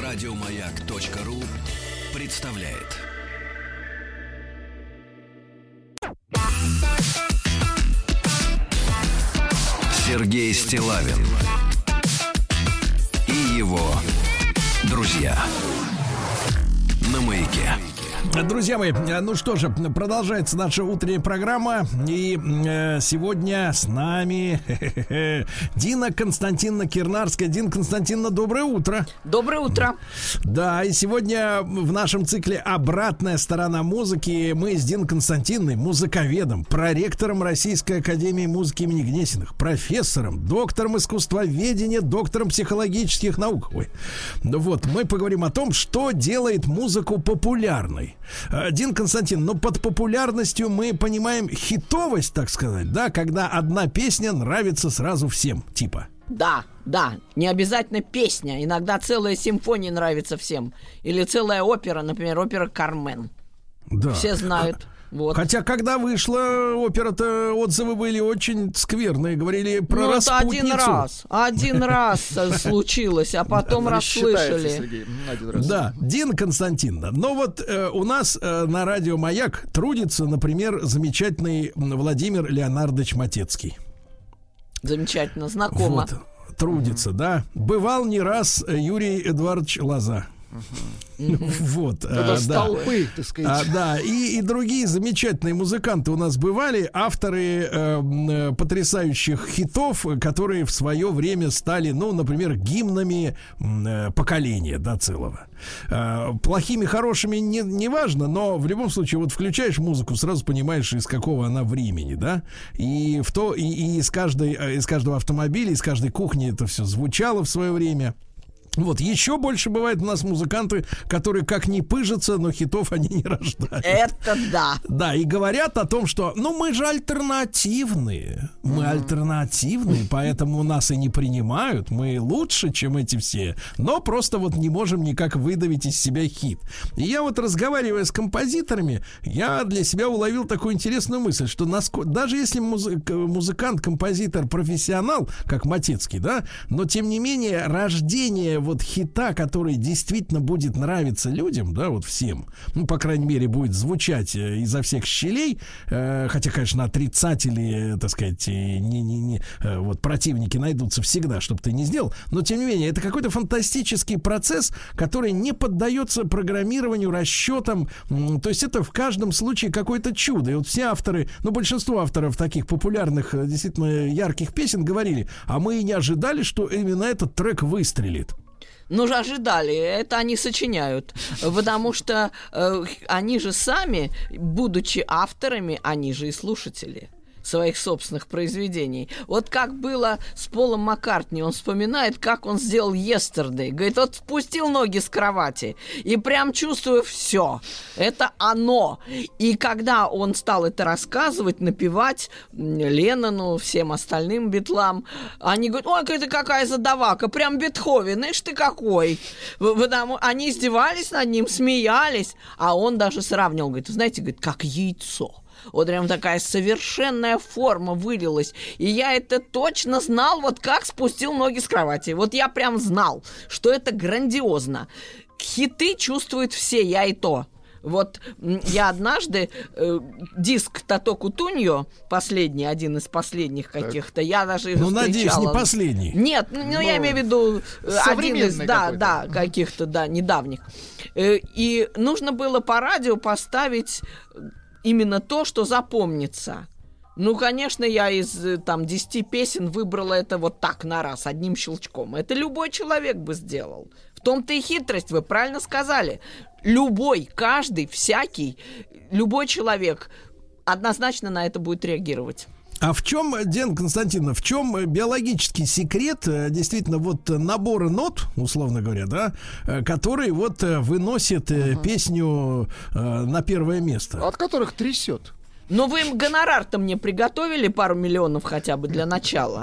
Радиомаяк.ру представляет. Сергей Стиллавин и его друзья на Маяке. Друзья мои, ну что же, продолжается наша утренняя программа. И сегодня с нами Дина Константиновна Кирнарская. Дина Константиновна, доброе утро. Доброе утро. Да, и сегодня в нашем цикле «Обратная сторона музыки» мы с Диной Константиновной, музыковедом, проректором Российской академии музыки имени Гнесиных, профессором, доктором искусствоведения, доктором психологических наук. Вот, мы поговорим о том, что делает музыку популярной. Дин Константин, но под популярностью мы понимаем хитовость, так сказать, да, когда одна песня нравится сразу всем, типа. Да, не обязательно песня, иногда целая симфония нравится всем. Или целая опера, например, опера «Кармен». Да. Все знают. Вот. Хотя, когда вышла опера-то, отзывы были очень скверные, говорили про распутницу. Один раз случилось, а потом расслышали. Да, Дина Константиновна. Но вот у нас на радио «Маяк» трудится, например, замечательный Владимир Леонардович Матецкий. Замечательно, знакомо. Вот, трудится, да. Бывал не раз Юрий Эдуардович Лоза. Вот, это столпы, так сказать. Да, и другие замечательные музыканты у нас бывали, авторы потрясающих хитов, которые в свое время стали, ну, например, гимнами поколения, да, целого. Плохими, хорошими не важно, но в любом случае, вот включаешь музыку, сразу понимаешь, из какого она времени, да, и из каждого автомобиля, из каждой кухни это все звучало в свое время. Вот, еще больше бывает у нас музыканты, которые как ни пыжатся, но хитов они не рождают. Это да. Да, и говорят о том, что, ну, мы же альтернативные. Мы альтернативные, поэтому нас и не принимают. Мы лучше, чем эти все. Но просто вот не можем никак выдавить из себя хит. И я вот, разговаривая с композиторами, я для себя уловил такую интересную мысль, что даже если музыкант, композитор, профессионал, как Матецкий, да, но тем не менее рождение вот хита, который действительно будет нравиться людям, да, вот всем, ну, по крайней мере, будет звучать изо всех щелей, хотя, конечно, отрицатели, так сказать, вот противники найдутся всегда, чтобы ты не сделал, но, тем не менее, это какой-то фантастический процесс, который не поддается программированию, расчетам, то есть это в каждом случае какое-то чудо, и вот все авторы, ну, большинство авторов таких популярных, действительно ярких песен говорили, а мы и не ожидали, что именно этот трек выстрелит. Ну же ожидали, это они сочиняют, потому что они же сами, будучи авторами, они же и слушатели своих собственных произведений. Вот как было с Полом Маккартни, он вспоминает, как он сделал «Yesterday». Говорит, вот спустил ноги с кровати и прям чувствую все. Это оно. И когда он стал это рассказывать, напевать Леннону, всем остальным битлам, они говорят, ой, это какая задавака, прям Бетховен, ишь ты какой. Они издевались над ним, смеялись, а он даже сравнивал, говорит, знаете, говорит, как яйцо. Вот прям такая совершенная форма вылилась. И я это точно знал, вот как спустил ноги с кровати. Вот я прям знал, что это грандиозно. Хиты чувствуют все, я и то. Вот я однажды диск Тото Кутуньо, последний, один из последних каких-то, я даже его встречала. Надеюсь, не последний. Нет, я имею в виду один из, каких-то, недавних. И нужно было по радио поставить именно то, что запомнится. Ну, конечно, я из 10 песен выбрала это вот так на раз, одним щелчком. Это любой человек бы сделал. В том-то и хитрость, вы правильно сказали. Любой, каждый, всякий, любой человек однозначно на это будет реагировать. А в чем, Дина Константиновна, в чем биологический секрет, действительно, вот набора нот, условно говоря, да, который вот выносит песню на первое место? От которых трясет. Но вы им гонорар-то мне приготовили пару миллионов хотя бы для начала?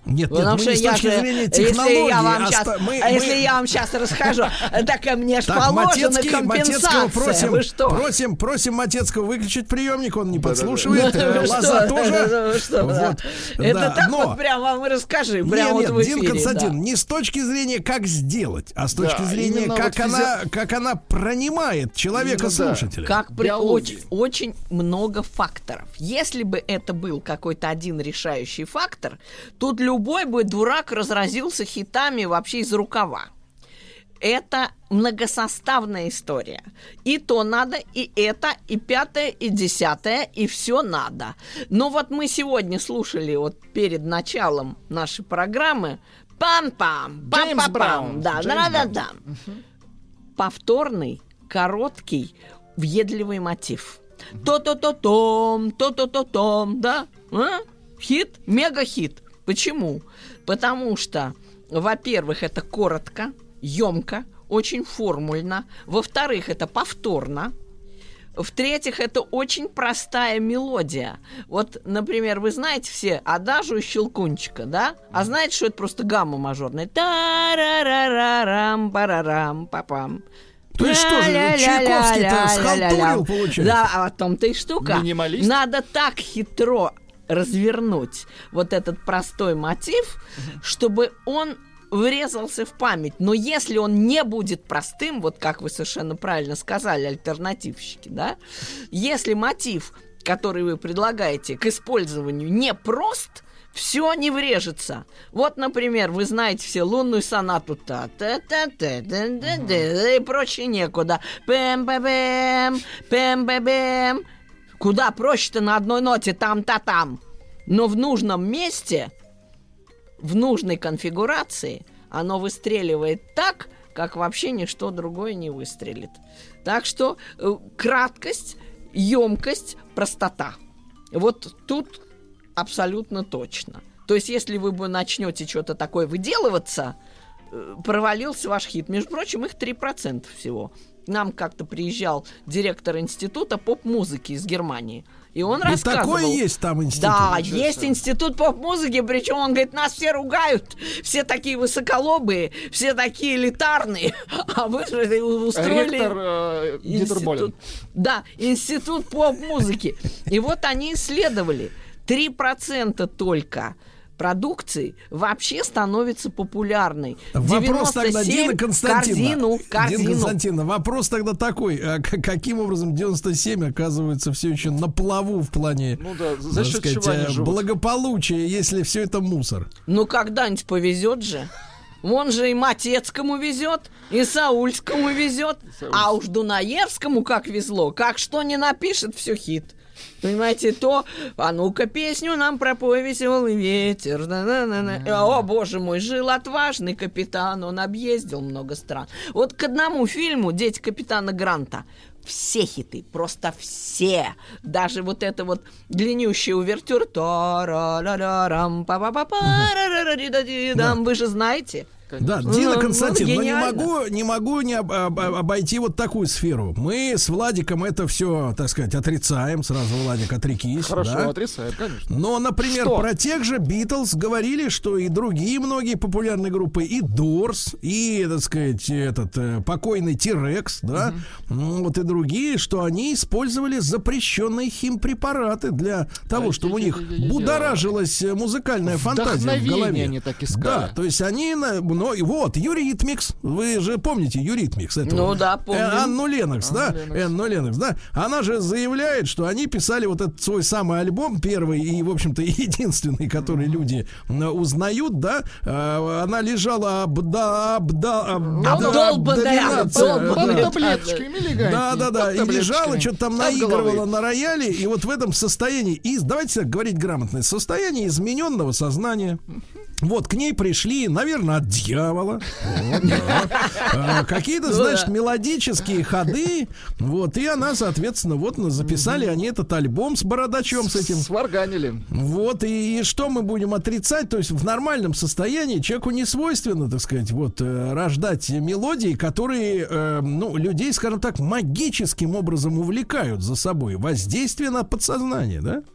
Нет, мы не с точки зрения технологии. Если я вам сейчас расскажу, так мне ж положена компенсация. Вы что? Просим Матецкого выключить приемник, он не подслушивает. Лоза тоже. Это так вот прям вам и расскажи. Нет, Дин Константин, не с точки зрения, как сделать, а с точки зрения, как она пронимает человека-слушателя. Очень много факторов. Если бы это был какой-то один решающий фактор, тут любой бы дурак разразился хитами вообще из рукава. Это многосоставная история. И то надо, и это, и пятое, и десятое, и все надо. Но вот мы сегодня слушали вот перед началом нашей программы пам-пам, пам-пам-пам, да. Повторный, короткий, въедливый мотив. То-то-то-том, то-то-то-том, да? Хит, мега-хит. Почему? Потому что, во-первых, это коротко, емко, очень формульно. Во-вторых, это повторно. В-третьих, это очень простая мелодия. Вот, например, вы знаете все адажу и Щелкунчика, да? А знаете, что это просто гамма мажорная? Та-ра-ра-ра-рам, парарам, папам. То есть что же, Чайковский-то схалтурил, получается? Да, а в том-то и штука. Минималист? Надо так хитро развернуть вот этот простой мотив, чтобы он врезался в память. Но если он не будет простым, вот как вы совершенно правильно сказали, альтернативщики, да, если мотив, который вы предлагаете к использованию, не прост, все не врежется. Вот, например, вы знаете все лунную сонату и прочее некуда. Пэм-бэ-бэм, пэм-бэ-бэм. Куда проще-то на одной ноте там-та-там. Но в нужном месте, в нужной конфигурации оно выстреливает так, как вообще ничто другое не выстрелит. Так что краткость, емкость, простота. Вот тут абсолютно точно. То есть, если вы начнете что-то такое выделываться, провалился ваш хит. Между прочим, их 3% всего. К нам как-то приезжал директор института поп-музыки из Германии. И он рассказывал... такой есть там институт. Да, есть институт поп-музыки, причем он говорит, нас все ругают, все такие высоколобые, все такие элитарные, а вы же устроили... Ректор Дитер Болен. Да, институт поп-музыки. И вот они исследовали, 3% только продукции вообще становится популярной. Вопрос тогда, Дина Константиновна. Корзину. Дина Константиновна, вопрос тогда такой, каким образом 97 оказывается все еще на плаву в плане, за счет чего они живут? Благополучия, если все это мусор? Ну, когда-нибудь повезет же. Вон же и Матецкому везет, и Саульскому везет, а уж Дунаевскому как везло, как что не напишет, все хит. Понимаете, то, а ну-ка песню нам пропой, веселый ветер. О, боже мой, жил отважный капитан, он объездил много стран. Вот к одному фильму «Дети капитана Гранта» все хиты, просто все. Даже вот это вот длиннющая увертюра. Вы же знаете. Да, Дина Константиновна, не могу не обойти вот такую сферу. Мы с Владиком это все, так сказать, отрицаем. Сразу, Владик, отрекись. Хорошо, да? отрицаем, конечно. Но, например, про тех же Битлз говорили, что и другие многие популярные группы, и Doors, и, так сказать, этот покойный T-Rex, да, вот и другие, что они использовали запрещенные химпрепараты для того, чтобы у них будоражилась музыкальная фантазия в голове. Они так искали. Да, то есть они... вот, Юритмикс, вы же помните Юритмикс? Ну да, помню. Анну Ленокс, да? Она же заявляет, что они писали вот этот свой самый альбом, первый и, в общем-то, единственный, который люди узнают, да? Она лежала Да, и лежала, что-то там наигрывала на рояле, и вот в этом состоянии, и давайте говорить грамотно, состояние измененного сознания. Вот, к ней пришли, наверное, от дьявола. Какие-то, значит, мелодические ходы. Вот, и она, соответственно, вот записали они этот альбом с бородачом с этим. Сварганили. Вот, и что мы будем отрицать? То есть в нормальном состоянии человеку не свойственно, так сказать, вот, рождать мелодии, которые, людей, скажем так, магическим образом увлекают за собой. Воздействие на подсознание, да?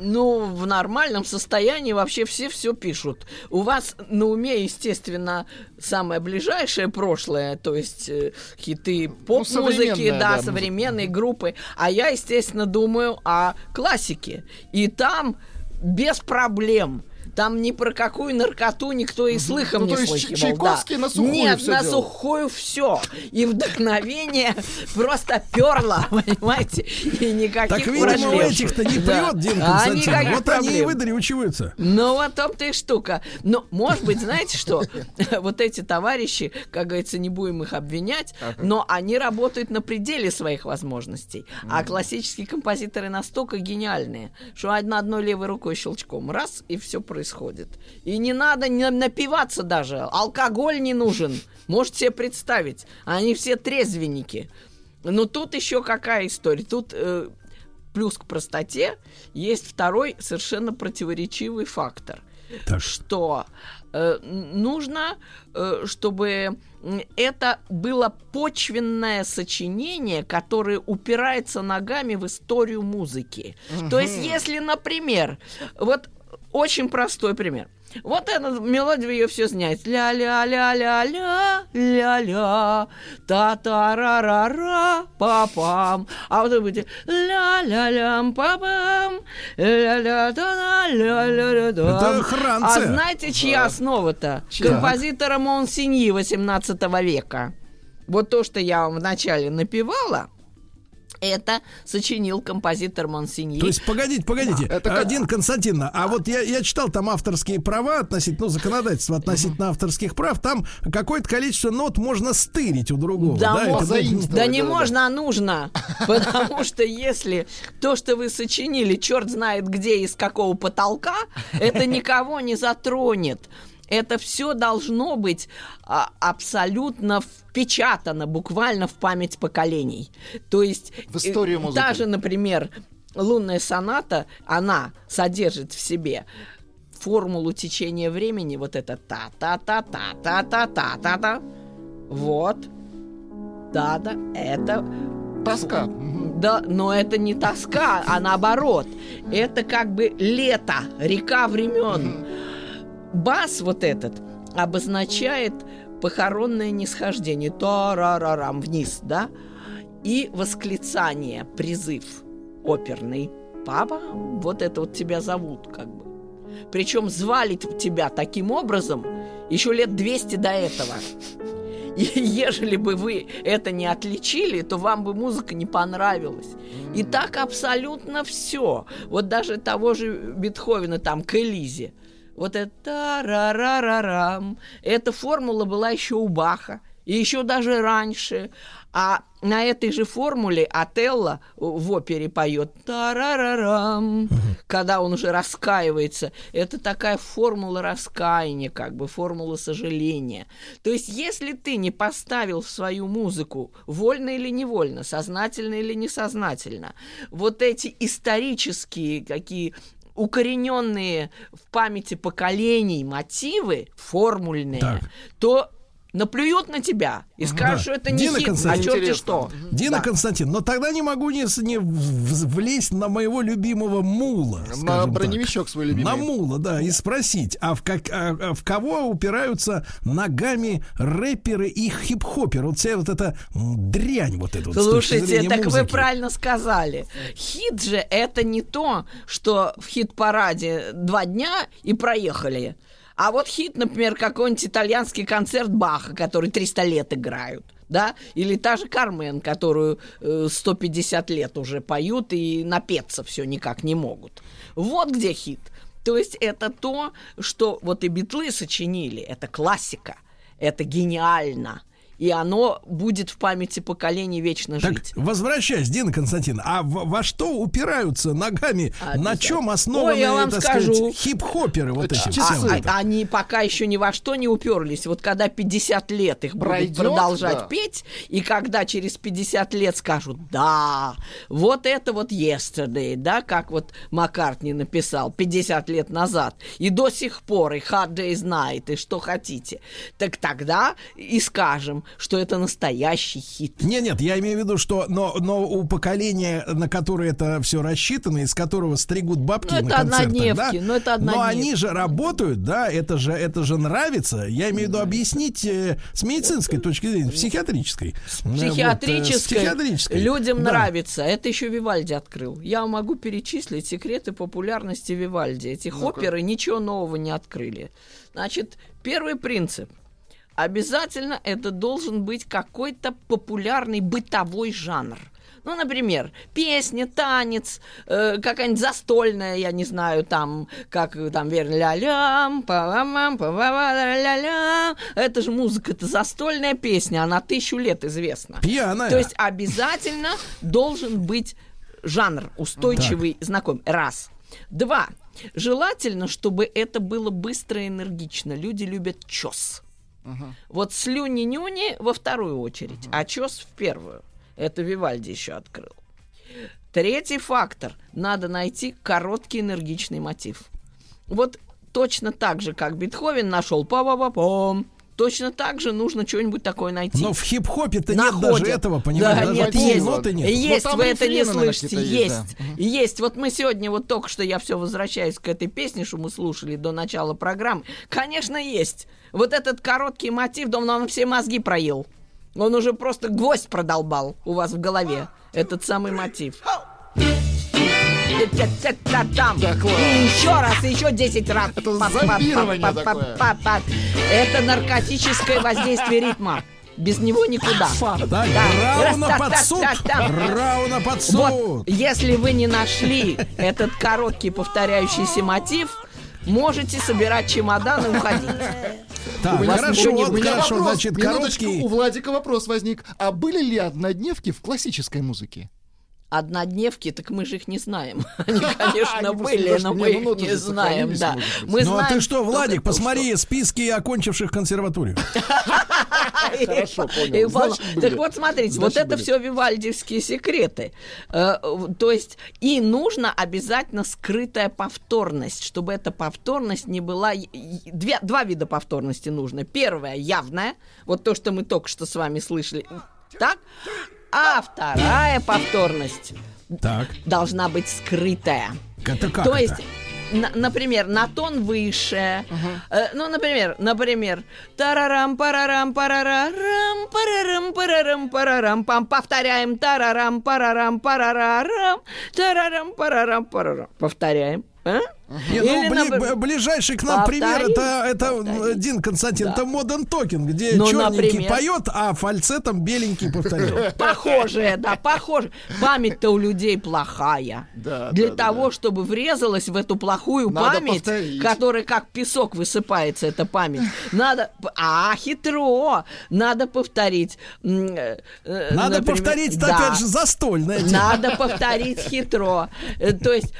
Ну, в нормальном состоянии вообще все пишут. У вас на уме, естественно, самое ближайшее прошлое, то есть хиты поп-музыки, современные группы. А я, естественно, думаю о классике. И там без проблем. Там ни про какую наркоту никто и слыхом не слыхивал. Чайковский на сухую Нет, все на делал. сухую все. И вдохновение просто перло, понимаете? И никаких так, видимо, у этих-то не прет, Дин Константин. Вот проблем. Они и выдреучиваются. Ну, вот том-то и штука. Но, может быть, знаете что? Вот эти товарищи, как говорится, не будем их обвинять, но они работают на пределе своих возможностей. А классические композиторы настолько гениальные, что одной левой рукой щелчком раз, и все происходит. И не надо напиваться даже. Алкоголь не нужен. Можете себе представить. Они все трезвенники. Но тут еще какая история. Тут плюс к простоте есть второй совершенно противоречивый фактор. Так. Что нужно, чтобы это было почвенное сочинение, которое упирается ногами в историю музыки. То есть, если, например, вот очень простой пример. Вот эту мелодию ее все знать. Ля-ля-ля-ля-ля, ля-ля, та-та-ра-ра-ра, па-пам. А вот это будет ля-ля-лям, па-пам, ля-ля-та-ля-ля-ля-ля. Это хранцы. А знаете, чья основа-то? Композитора Монсеньи 18 века. Вот то, что я вам вначале напевала, это сочинил композитор Монсеньи. То есть, погодите. Дин Константин, а вот я читал там авторские права относительно, законодательство относительно авторских прав, там какое-то количество нот можно стырить у другого. Да, не можно, а нужно. Потому что если то, что вы сочинили, черт знает где, из какого потолка, это никого не затронет. Это все должно быть абсолютно впечатано, буквально в память поколений. То есть в историю музыки. Даже, например, лунная соната, она содержит в себе формулу течения времени, вот это та-та-та-та-та-та-та-та-та. Вот. Да-да, это... Тоска. Да, но это не тоска, а наоборот. Это как бы лето, река времен. Бас вот этот обозначает похоронное нисхождение. Та-ра-ра-рам, вниз, да? И восклицание, призыв оперный. Папа, вот это вот тебя зовут, как бы. Причем звали тебя таким образом еще лет 200 до этого. И ежели бы вы это не отличили, то вам бы музыка не понравилась. И так абсолютно все. Вот даже того же Бетховена там к Элизе. Вот это та-ра-ра-ра-рам. Эта формула была еще у Баха. И еще даже раньше. А на этой же формуле Отелло в опере поет та-ра-ра-рам, когда он уже раскаивается. Это такая формула раскаяния, как бы формула сожаления. То есть, если ты не поставил в свою музыку, вольно или невольно, сознательно или несознательно, вот эти исторические какие укорененные в памяти поколений мотивы, формульные, то наплюют на тебя и скажут, что это не хит, а черти что. Дина Константин, но тогда не могу не влезть на моего любимого Мула. На броневичок свой любимый. На Мула, да, и спросить, а в кого упираются ногами рэперы и хип-хоперы? Вот вся вот эта дрянь вот эта. Слушайте, так вы правильно сказали. Хит же это не то, что в хит-параде 2 дня и проехали. А вот хит, например, какой-нибудь итальянский концерт Баха, который 300 лет играют, да? Или та же Кармен, которую 150 лет уже поют и напеться все никак не могут. Вот где хит. То есть это то, что вот и Битлы сочинили. Это классика, это гениально. И оно будет в памяти поколений вечно жить. Так, возвращаясь, Дина Константин, а во что упираются ногами? На чем основаны, так сказать, хип-хоперы вот эти? Они пока еще ни во что не уперлись. Вот когда 50 лет их будут продолжать петь, и когда через 50 лет скажут, да, вот это вот yesterday, да, как вот Маккартни написал 50 лет назад, и до сих пор, и Hard Day's Night, и что хотите, так тогда и скажем, что это настоящий хит. Нет, я имею в виду, что но у поколения, на которое это все рассчитано, из которого стригут бабки на концертах, да, но они же работают, да, это же нравится. Я имею в виду объяснить с медицинской точки зрения, психиатрической. Психиатрической. Людям нравится. Это еще Вивальди открыл. Я могу перечислить секреты популярности Вивальди. Эти оперы ничего нового не открыли. Значит, первый принцип. Обязательно это должен быть какой-то популярный бытовой жанр. Ну, например, песня, танец, какая-нибудь застольная, я не знаю, там, как там, ля-лям, па-ла-мам, па-ла-ля-лям. Это же музыка-то застольная песня, она 1000 лет известна. Пьяная. То есть обязательно должен быть жанр устойчивый, знакомый. Раз. 2. Желательно, чтобы это было быстро и энергично. Люди любят чёс. Вот слюни-нюни во вторую очередь, а чёс в первую. Это Вивальди еще открыл. Третий фактор. Надо найти короткий энергичный мотив. Вот точно так же, как Бетховен нашел па-па-па-пом, точно так же нужно что-нибудь такое найти. Но в хип-хопе-то нет даже этого, понимаешь? Да, нет, есть. Ноты нет. Есть, вы это не слышите. Есть. Есть. Вот мы сегодня, вот только что я все возвращаюсь к этой песне, что мы слушали до начала программы. Конечно, есть. Вот этот короткий мотив, да он все мозги проел. Он уже просто гвоздь продолбал у вас в голове. Этот самый мотив. Еще раз, еще 10 раз. Это зомбирование такое. Это наркотическое воздействие ритма. Без него никуда. Да, Рауна под суд. Рауна под суд. Вот, если вы не нашли этот короткий повторяющийся мотив, можете собирать чемодан и уходить. Так, хорошо, значит, короткий. У Владика вопрос возник. А были ли однодневки в классической музыке? Однодневки, так мы же их не знаем. Они, конечно, были, но мы их не знаем. Да. Ну а ты что, Владик, посмотри списки окончивших консерваторию. Хорошо, понял. Так вот, смотрите, вот это все вивальдиевские секреты. То есть, и нужно обязательно скрытая повторность, чтобы эта повторность не была... Два вида повторности нужно. Первая, явная, вот то, что мы только что с вами слышали. Так? А вторая повторность должна быть скрытая. Это как? То есть, например, на тон выше. Ну, например, тарарам парарам парарам парарам парарам парарам пам. Повторяем тарарам парарам парарам тарарам парарам парарам. Повторяем. Ближайший к нам пример это Дин Константин, это Modern Talking, где черненький поет, а фальцетом беленький повторяет. Похоже, да, похоже. Память-то у людей плохая. Для того, чтобы врезалась в эту плохую память, которая как песок высыпается, эта память, надо... хитро! Надо повторить. Надо повторить, опять же, застольное. Надо повторить хитро. То есть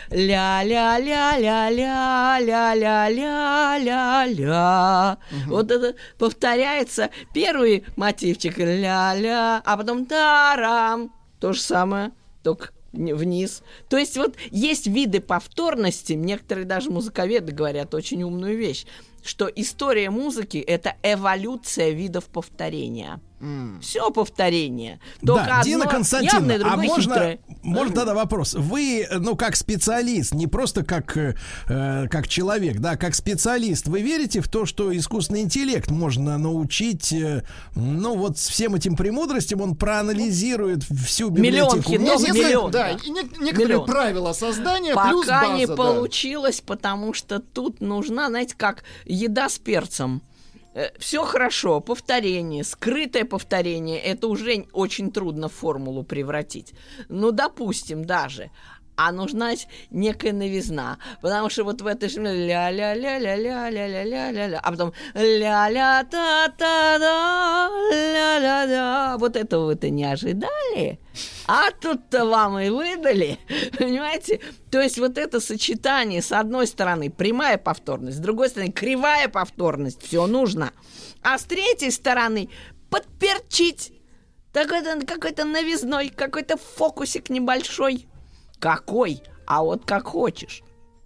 ля-ля-ля-ля-ля-ля-ля-ля-ля. Вот это повторяется. Первый мотивчик ля-ля, а потом тарам. То же самое, только вниз. То есть вот есть виды повторности. Некоторые даже музыковеды говорят очень умную вещь, что история музыки — это эволюция видов повторения. Все повторение. Только да, Дина Константиновна, явное, можно тогда вопрос? Вы, как специалист, не просто как человек, да, как специалист, вы верите в то, что искусственный интеллект можно научить, вот всем этим премудростям, он проанализирует всю библиотеку? Миллион. Да, и некоторые правила создания плюс база. Пока не получилось, потому что тут нужна, знаете, как еда с перцем. Все хорошо, повторение, скрытое повторение, это уже очень трудно в формулу превратить. Ну, допустим, даже. А нужна некая новизна. Потому что вот в этой же ля-ля-ля-ля-ля-ля-ля-ля-ля-ля, а потом ля-ля-та-та-да, ля-ля-да. Вот этого вы-то не ожидали? А тут-то вам и выдали. Понимаете? То есть вот это сочетание, с одной стороны, прямая повторность, с другой стороны, кривая повторность. Все нужно. А с третьей стороны, подперчить. Какой-то новизной, какой-то фокусик небольшой. Какой? А вот как хочешь.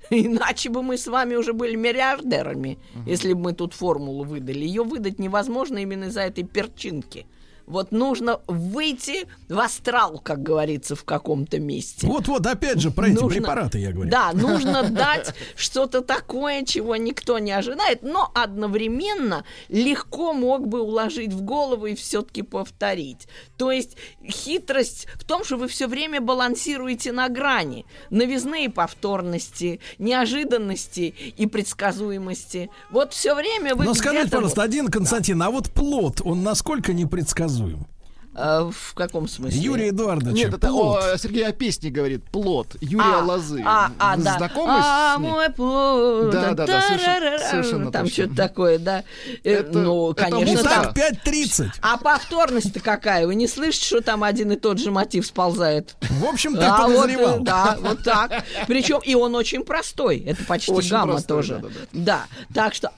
Иначе бы мы с вами уже были миллиардерами, если бы мы тут формулу выдали. Ее выдать невозможно именно из-за этой перчинки. Вот нужно выйти в астрал, как говорится, в каком-то месте. Вот, опять же, про эти препараты я говорю. Да, нужно дать что-то такое, чего никто не ожидает, но одновременно легко мог бы уложить в голову и все-таки повторить. То есть хитрость в том, что вы все время балансируете на грани новизны и повторности, неожиданности и предсказуемости. Вот все время вы. Но скажите, пожалуйста, вот... один Константин, а вот плод, он насколько непредсказуем? В каком смысле? Юрий Эдуардович. Нет, это Сергей о песне говорит. Плод Юрия Лозы. Вы да. знакомы с ней? Мой плод. Да, совершенно там точно. что-то такое, да. Это конечно. Итак, 5:30. А повторность-то какая? Вы не слышите, что там один и тот же мотив сползает? В общем, так подозревал. Да, вот так. Причем и он очень простой. Это почти Очень гамма простой, тоже. да. Да, так что...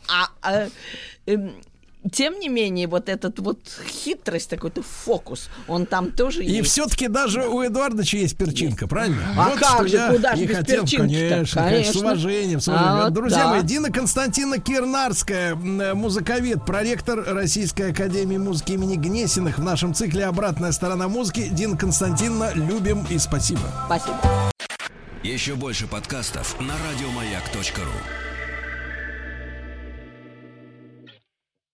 Тем не менее, вот этот вот хитрость, такой-то фокус, он там тоже есть. И все-таки даже у Эдуардовича есть перчинка, правильно? А вот как что же, я куда же и без хотел, перчинки-то? конечно, с уважением. Вот Друзья так. мои, Дина Константиновна Кирнарская, музыковед, проректор Российской академии музыки имени Гнесиных в нашем цикле «Обратная сторона музыки». Дина Константиновна, любим и спасибо. Спасибо. Еще больше подкастов на радиомаяк.ру.